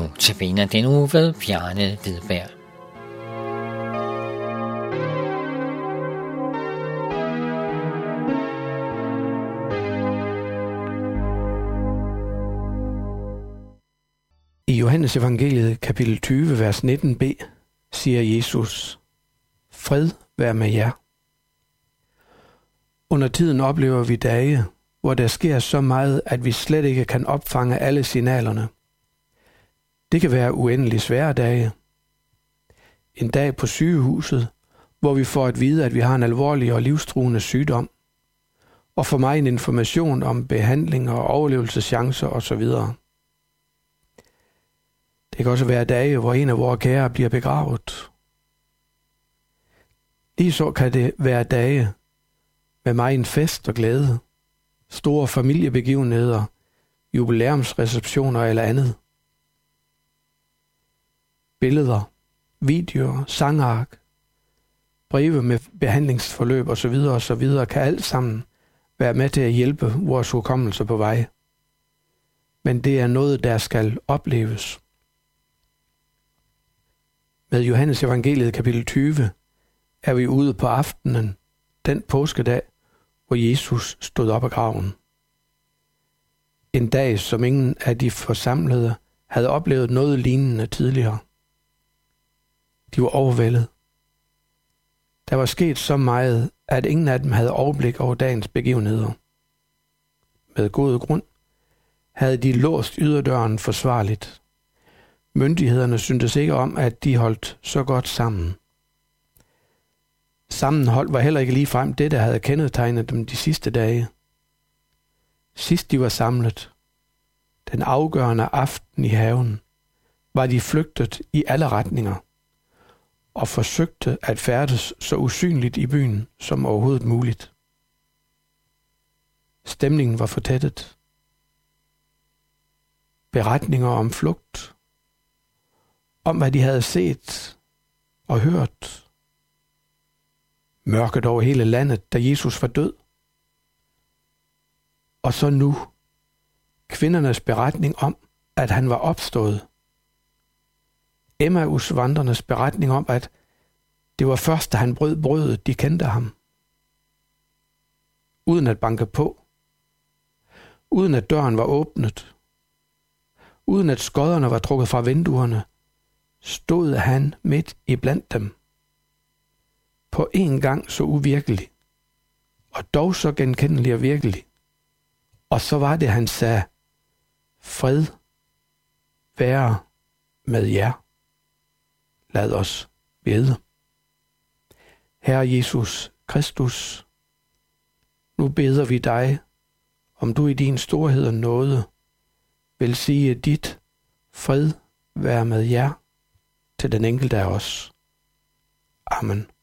Notabene den uge ved Bjarne Hvidberg. I Johannes evangeliet kapitel 20, vers 19b, siger Jesus: Fred være med jer. Under tiden oplever vi dage, hvor der sker så meget, at vi slet ikke kan opfange alle signalerne. Det kan være uendelig svære dage. En dag på sygehuset, hvor vi får at vide, at vi har en alvorlig og livstruende sygdom, og for mig en information om behandling og overlevelseschancer osv. Det kan også være dage, hvor en af vores kære bliver begravet. Ligeså kan det være dage med mig en fest og glæde, store familiebegivenheder, jubilæumsreceptioner eller andet. Billeder, videoer, sangark, breve med behandlingsforløb osv. kan alt sammen være med til at hjælpe vores hukommelse på vej. Men det er noget, der skal opleves. Med Johannes evangeliet kapitel 20 er vi ude på aftenen, den påskedag, hvor Jesus stod op af graven. En dag, som ingen af de forsamlede havde oplevet noget lignende tidligere. De var overvældet. Der var sket så meget, at ingen af dem havde overblik over dagens begivenheder. Med god grund havde de låst yderdøren forsvarligt. Myndighederne syntes ikke om, at de holdt så godt sammen. Sammenhold var heller ikke ligefrem det, der havde kendetegnet dem de sidste dage. Sidst de var samlet, den afgørende aften i haven, var de flygtet i alle retninger og forsøgte at færdes så usynligt i byen som overhovedet muligt. Stemningen var fortættet. Beretninger om flugt, om hvad de havde set og hørt. Mørket over hele landet, da Jesus var død. Og så nu kvindernes beretning om, at han var opstået. Emmaus-vandrernes beretning om, at det var først, da han brød brødet, de kendte ham. Uden at banke på. Uden at døren var åbnet. Uden at skodderne var trukket fra vinduerne, stod han midt i blandt dem. På en gang så uvirkelig, og dog så genkendelig og virkelig. Og så var det, han sagde: Fred være med jer. Lad os bede. Herre Jesus Kristus, nu beder vi dig, om du i din storhed og nåde vil sige dit: Fred være med jer til den enkelte af os. Amen.